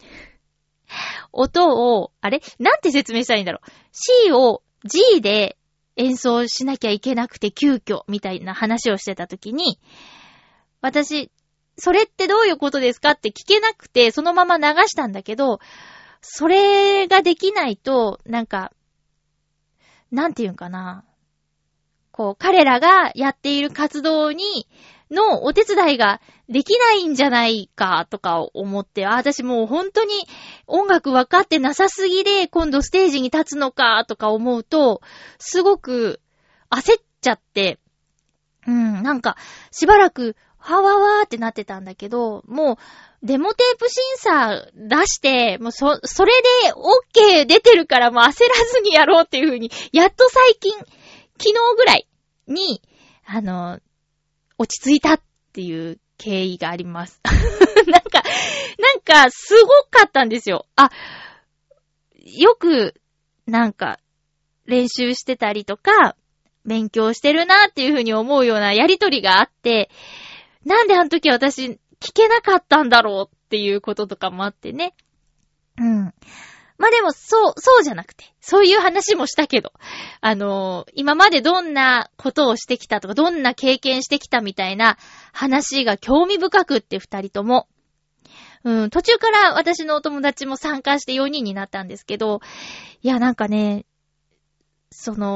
音を、なんて説明したらいいんだろう。C を G で演奏しなきゃいけなくて急遽みたいな話をしてたときに、私、それってどういうことですかって聞けなくて、そのまま流したんだけど、それができないと、なんか、なんていうんかな。彼らがやっている活動のお手伝いができないんじゃないかとか思って、私もう本当に音楽分かってなさすぎで今度ステージに立つのかとか思うと、すごく焦っちゃって、なんかしばらくはわわーってなってたんだけど、もうデモテープ審査出して、もうそれで OK 出てるからもう焦らずにやろうっていう風に、やっと最近、昨日ぐらいに、落ち着いたっていう経緯があります。なんか、すごかったんですよ。よく、なんか、練習してたりとか、勉強してるなっていう風に思うようなやりとりがあって、なんであの時私、聞けなかったんだろうっていうこととかもあってね。まあでも、そうじゃなくて、そういう話もしたけど、今までどんなことをしてきたとか、どんな経験してきたみたいな話が興味深くって二人とも。途中から私のお友達も参加して4人になったんですけど、いやなんかね、ずっ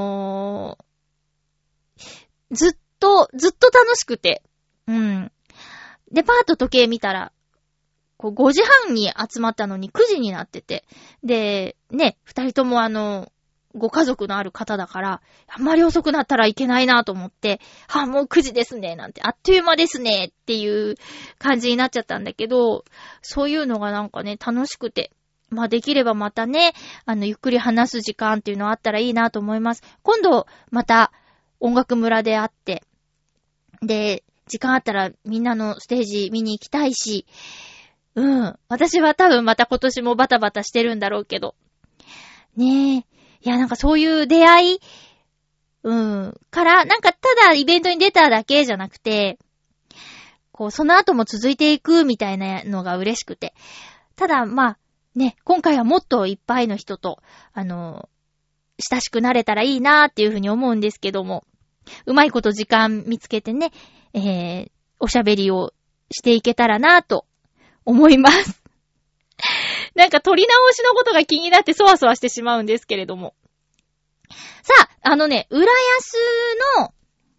と楽しくて、で、パート時計見たら、5時半に集まったのに9時になってて。で、ね、二人ともご家族のある方だから、あんまり遅くなったらいけないなと思って、もう9時ですね、なんて、あっという間ですね、っていう感じになっちゃったんだけど、そういうのがなんかね、楽しくて。まあできればまたね、ゆっくり話す時間っていうのあったらいいなと思います。今度、また音楽村で会って、で、時間あったらみんなのステージ見に行きたいし、私は多分また今年もバタバタしてるんだろうけど。ねえ。いや、なんかそういう出会い、から、なんかただイベントに出ただけじゃなくて、その後も続いていくみたいなのが嬉しくて。ただ、まあ、 ね、今回はもっといっぱいの人と、親しくなれたらいいなーっていうふうに思うんですけども、うまいこと時間見つけてね、おしゃべりをしていけたらなと思います。なんか取り直しのことが気になってそわそわしてしまうんですけれども。さあ、浦安の、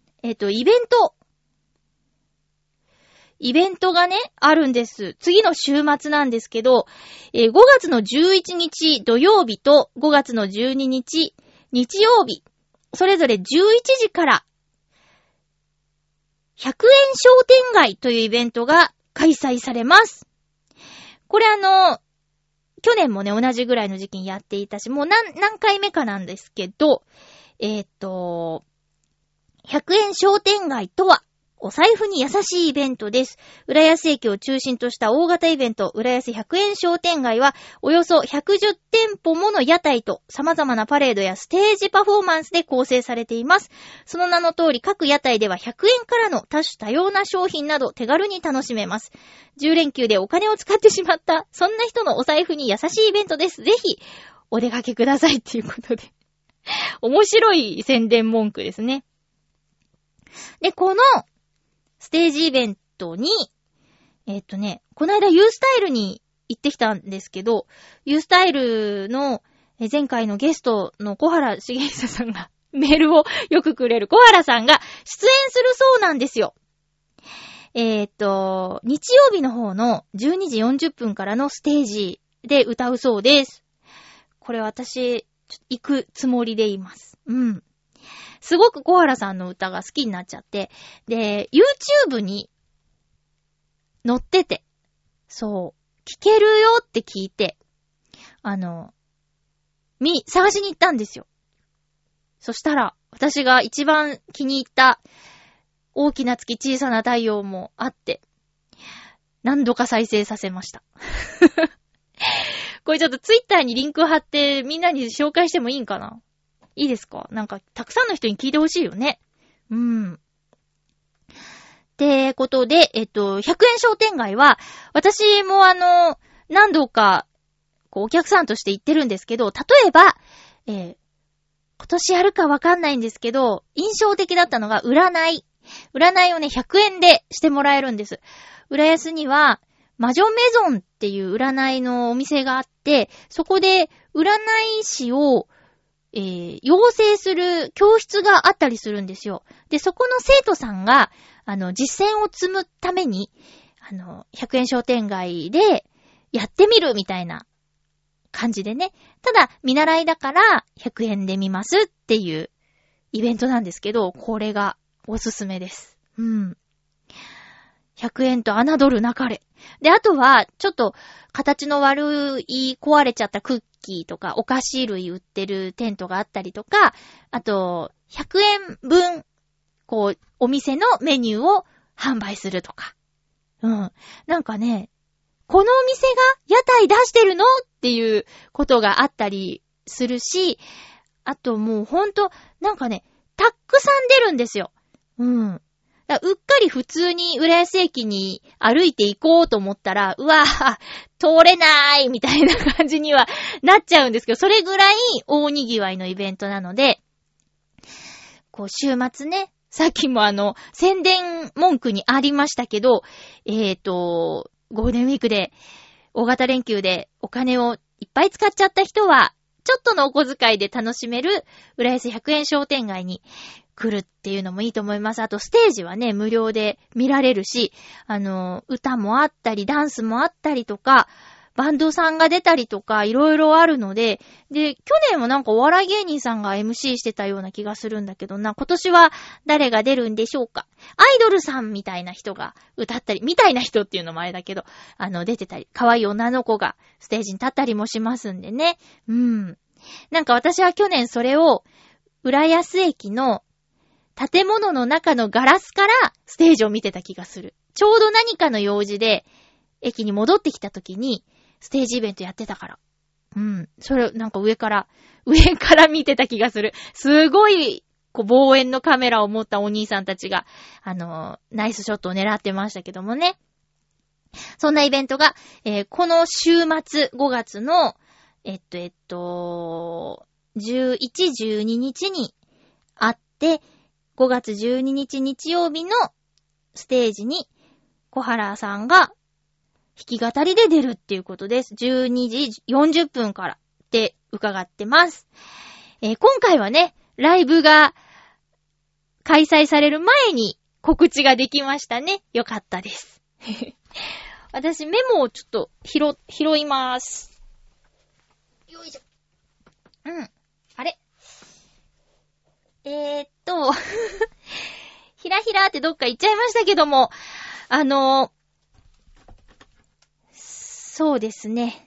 イベントがね、あるんです。次の週末なんですけど、5月の11日土曜日と5月の12日日曜日、それぞれ11時から100円商店街というイベントが開催されます。これ去年もね、同じぐらいの時期にやっていたし、もう何回目かなんですけど、100円商店街とは、お財布に優しいイベントです。浦安駅を中心とした大型イベント、浦安100円商店街は、およそ110店舗もの屋台と様々なパレードやステージパフォーマンスで構成されています。その名の通り、各屋台では100円からの多種多様な商品など手軽に楽しめます。10連休でお金を使ってしまった、そんな人のお財布に優しいイベントです。ぜひ、お出かけくださいっていうことで。面白い宣伝文句ですね。で、この、ステージイベントに、この間ユースタイルに行ってきたんですけど、ユースタイルの前回のゲストの小原茂久さんがメールをよくくれる小原さんが出演するそうなんですよ。日曜日の方の12時40分からのステージで歌うそうです。これ私、行くつもりでいます。うん。すごく小原さんの歌が好きになっちゃって、で、YouTube に載ってて、そう、聴けるよって聞いて、探しに行ったんですよ。そしたら、私が一番気に入った大きな月小さな太陽もあって、何度か再生させました。これちょっとツイッターにリンク貼ってみんなに紹介してもいいんかな？いいですか？なんか、たくさんの人に聞いてほしいよね。うん。ってことで、100円商店街は、私も何度か、お客さんとして行ってるんですけど、例えば、今年やるかわかんないんですけど、印象的だったのが占いをね、100円でしてもらえるんです。浦安には、魔女メゾンっていう占いのお店があって、そこで占い師を養成する教室があったりするんですよ。で、そこの生徒さんが、実践を積むために、100円商店街でやってみるみたいな感じでね。ただ、見習いだから100円で見ますっていうイベントなんですけど、これがおすすめです。うん。100円と侮るなかれ。で、あとは、ちょっと、形の悪い壊れちゃったクッキーとか、お菓子類売ってるテントがあったりとか、あと、100円分、お店のメニューを販売するとか。うん。なんかね、このお店が屋台出してるのっていうことがあったりするし、あともうほんと、なんかね、たくさん出るんですよ。うん。うっかり普通に浦安駅に歩いて行こうと思ったら、うわぁ、通れないみたいな感じにはなっちゃうんですけど、それぐらい大にぎわいのイベントなので、週末ね、さっきも宣伝文句にありましたけど、ゴールデンウィークで、大型連休でお金をいっぱい使っちゃった人は、ちょっとのお小遣いで楽しめる浦安100円商店街に来るっていうのもいいと思います。あとステージはね、無料で見られるし、歌もあったり、ダンスもあったりとか、バンドさんが出たりとか、いろいろあるので、で、去年もなんかお笑い芸人さんが MC してたような気がするんだけどな、今年は誰が出るんでしょうか。アイドルさんみたいな人が歌ったり、みたいな人っていうのもあれだけど、出てたり、可愛い女の子がステージに立ったりもしますんでね。うん。なんか私は去年それを、浦安駅の建物の中のガラスからステージを見てた気がする。ちょうど何かの用事で、駅に戻ってきた時に、ステージイベントやってたから。うん。それ、なんか上から見てた気がする。すごい、望遠のカメラを持ったお兄さんたちが、ナイスショットを狙ってましたけどもね。 そんなイベントが、この週末5月の、11、12日にあって、5月12日日曜日のステージに小原さんが弾き語りで出るっていうことです。12時40分からって伺ってます。今回はね、ライブが開催される前に告知ができましたね。よかったです。私メモをちょっと拾います。よいしょ。あれひらひらってどっか行っちゃいましたけども、そうですね。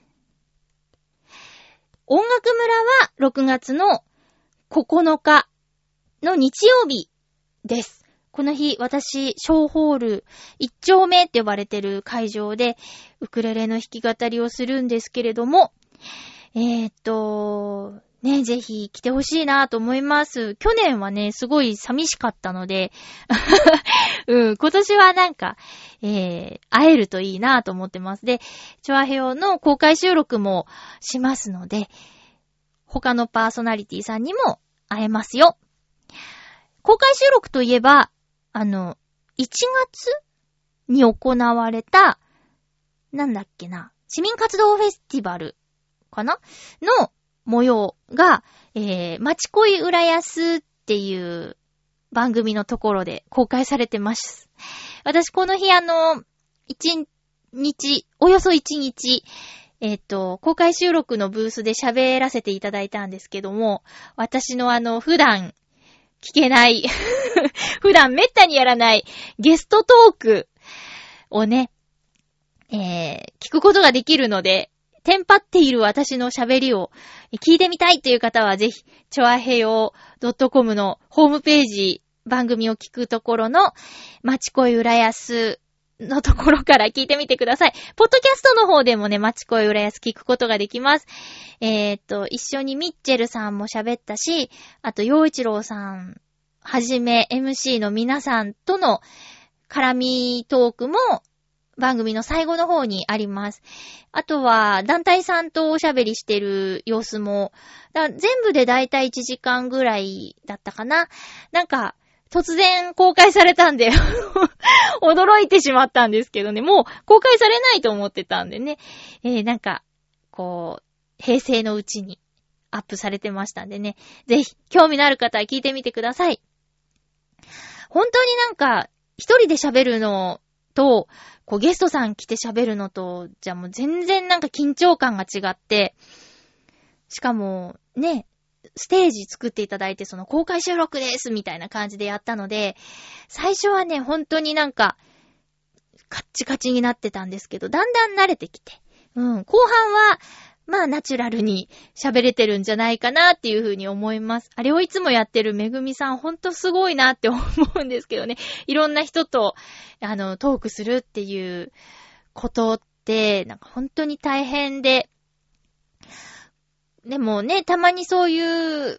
音楽村は6月の9日の日曜日です。この日、私、小ホール1丁目って呼ばれてる会場でウクレレの弾き語りをするんですけれども、ね、ぜひ来てほしいなと思います。去年はね、すごい寂しかったので、今年はなんか、会えるといいなと思ってます。で、チョアヘヨの公開収録もしますので、他のパーソナリティさんにも会えますよ。公開収録といえば、1月に行われた、なんだっけな、市民活動フェスティバルかなの模様が、町恋浦安っていう番組のところで公開されてます。私この日およそ1日、公開収録のブースで喋らせていただいたんですけども、私の普段聞けない、普段めったにやらないゲストトークをね、聞くことができるので、テンパっている私の喋りを聞いてみたいという方はぜひ、チョアヘヨ .com のホームページ、番組を聞くところの、町恋浦安のところから聞いてみてください。ポッドキャストの方でもね、町恋浦安聞くことができます。一緒にミッチェルさんも喋ったし、あと、陽一郎さんはじめ MC の皆さんとの絡みトークも、番組の最後の方にあります。あとは、団体さんとおしゃべりしてる様子も、全部でだいたい1時間ぐらいだったかな。なんか、突然公開されたんで、驚いてしまったんですけどね、もう公開されないと思ってたんでね。なんか、こう、平成のうちにアップされてましたんでね。ぜひ、興味のある方は聞いてみてください。本当になんか、一人で喋るのと、こうゲストさん来て喋るのと、じゃあもう全然なんか緊張感が違って、しかもね、ステージ作っていただいてその公開収録ですみたいな感じでやったので、最初はね、本当になんか、カッチカチになってたんですけど、だんだん慣れてきて、後半は、まあナチュラルに喋れてるんじゃないかなっていうふうに思います。あれをいつもやってるめぐみさんほんとすごいなって思うんですけどね。いろんな人とトークするっていうことってなんか本当に大変で、でもね、たまにそういう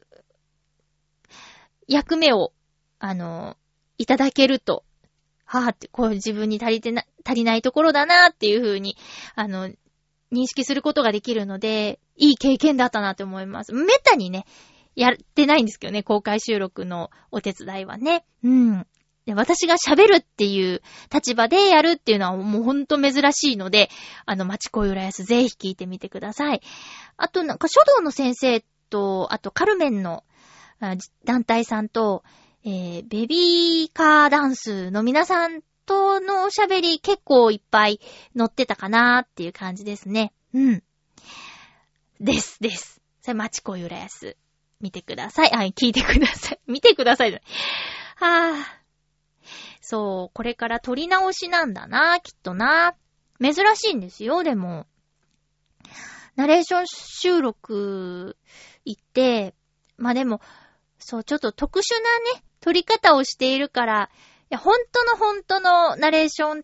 役目をいただけると、ってこう自分に足りないところだなっていうふうに認識することができるので、いい経験だったなって思います。めったにね、やってないんですけどね、公開収録のお手伝いはね。で、私が喋るっていう立場でやるっていうのはもうほんと珍しいので、町恋浦安ぜひ聞いてみてください。あとなんか書道の先生と、あとカルメンの団体さんと、ベビーカーダンスの皆さんとのおしゃべり結構いっぱい載ってたかなーっていう感じですね。です。それ町恋浦安。見てください。聞いてください。見てください。そう、これから撮り直しなんだな、きっとな。珍しいんですよ、でも。ナレーション収録行って、まあでも、そう、ちょっと特殊なね、撮り方をしているから、本当のナレーションって、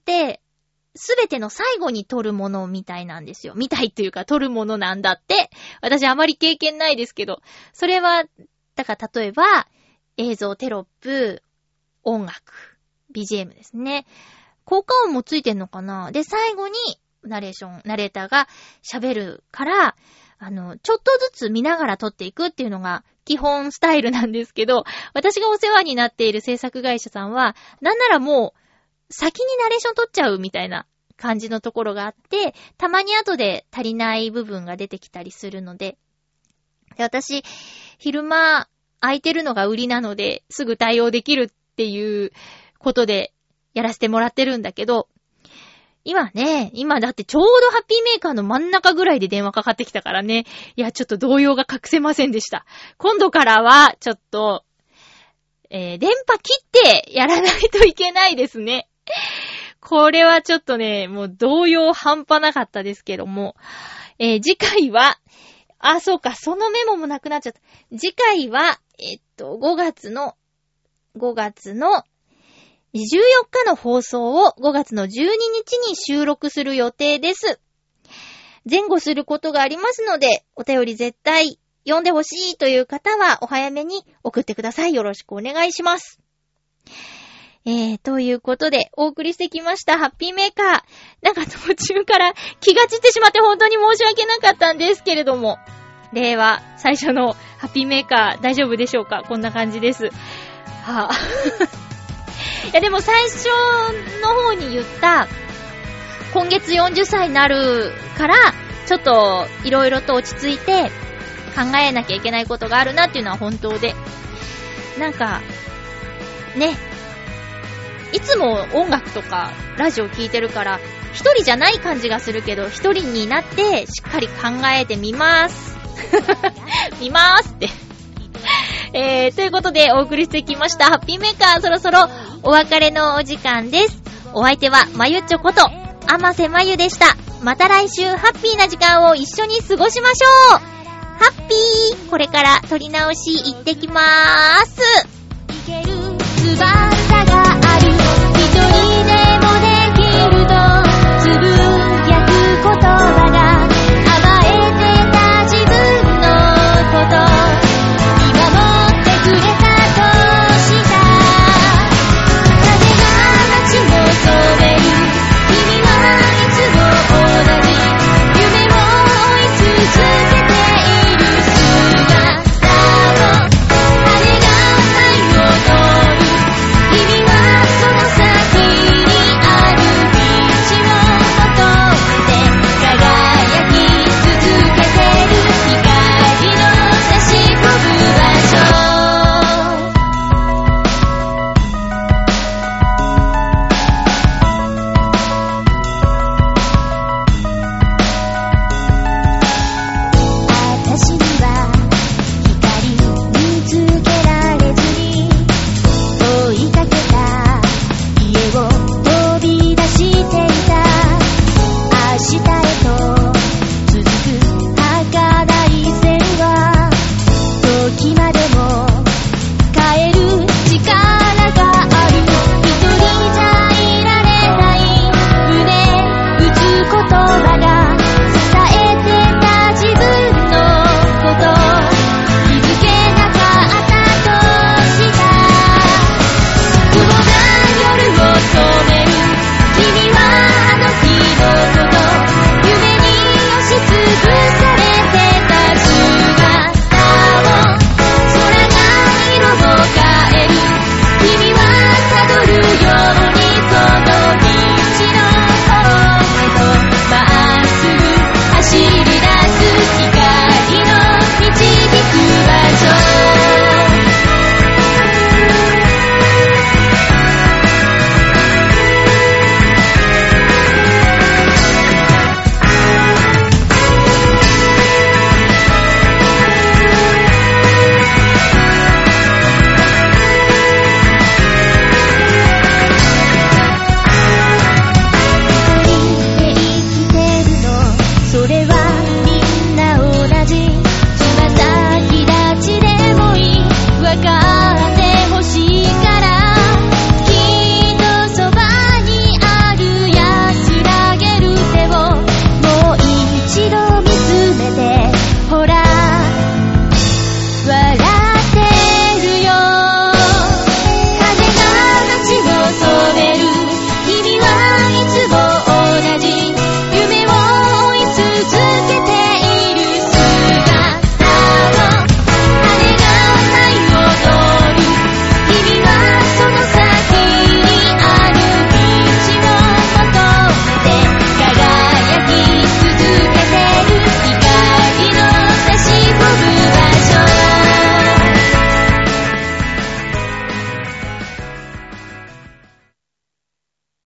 すべての最後に撮るものみたいなんですよ。みたいっていうか撮るものなんだって。私あまり経験ないですけど。それは、だから例えば、映像、テロップ、音楽、BGM ですね。 効果音もついてんのかな。で、最後にナレーターが喋るから、ちょっとずつ見ながら撮っていくっていうのが基本スタイルなんですけど、私がお世話になっている制作会社さんは、なんならもう先にナレーション撮っちゃうみたいな感じのところがあって、たまに後で足りない部分が出てきたりするので、私、昼間空いてるのが売りなので、すぐ対応できるっていうことでやらせてもらってるんだけど、今だってちょうどハッピーメーカーの真ん中ぐらいで電話かかってきたからね。いや、ちょっと動揺が隠せませんでした。今度からは、ちょっと、電波切ってやらないといけないですね。これはちょっとね、もう動揺半端なかったですけども。次回は、そうか、そのメモもなくなっちゃった。次回は、5月の14日の放送を5月の12日に収録する予定です。前後することがありますので、お便り絶対読んでほしいという方はお早めに送ってください。よろしくお願いします。ということでお送りしてきましたハッピーメーカー。なんか途中から気が散ってしまって本当に申し訳なかったんですけれども、令和最初のハッピーメーカー大丈夫でしょうか？こんな感じです。いやでも最初の方に言った今月40歳になるからちょっといろいろと落ち着いて考えなきゃいけないことがあるなっていうのは本当で、なんかね、いつも音楽とかラジオ聞いてるから一人じゃない感じがするけど、一人になってしっかり考えてみます見ますってということでお送りしてきましたハッピーメーカー、そろそろお別れのお時間です。お相手はまゆちょこと甘瀬まゆでした。また来週ハッピーな時間を一緒に過ごしましょう。ハッピー、これから撮り直し行ってきまーす。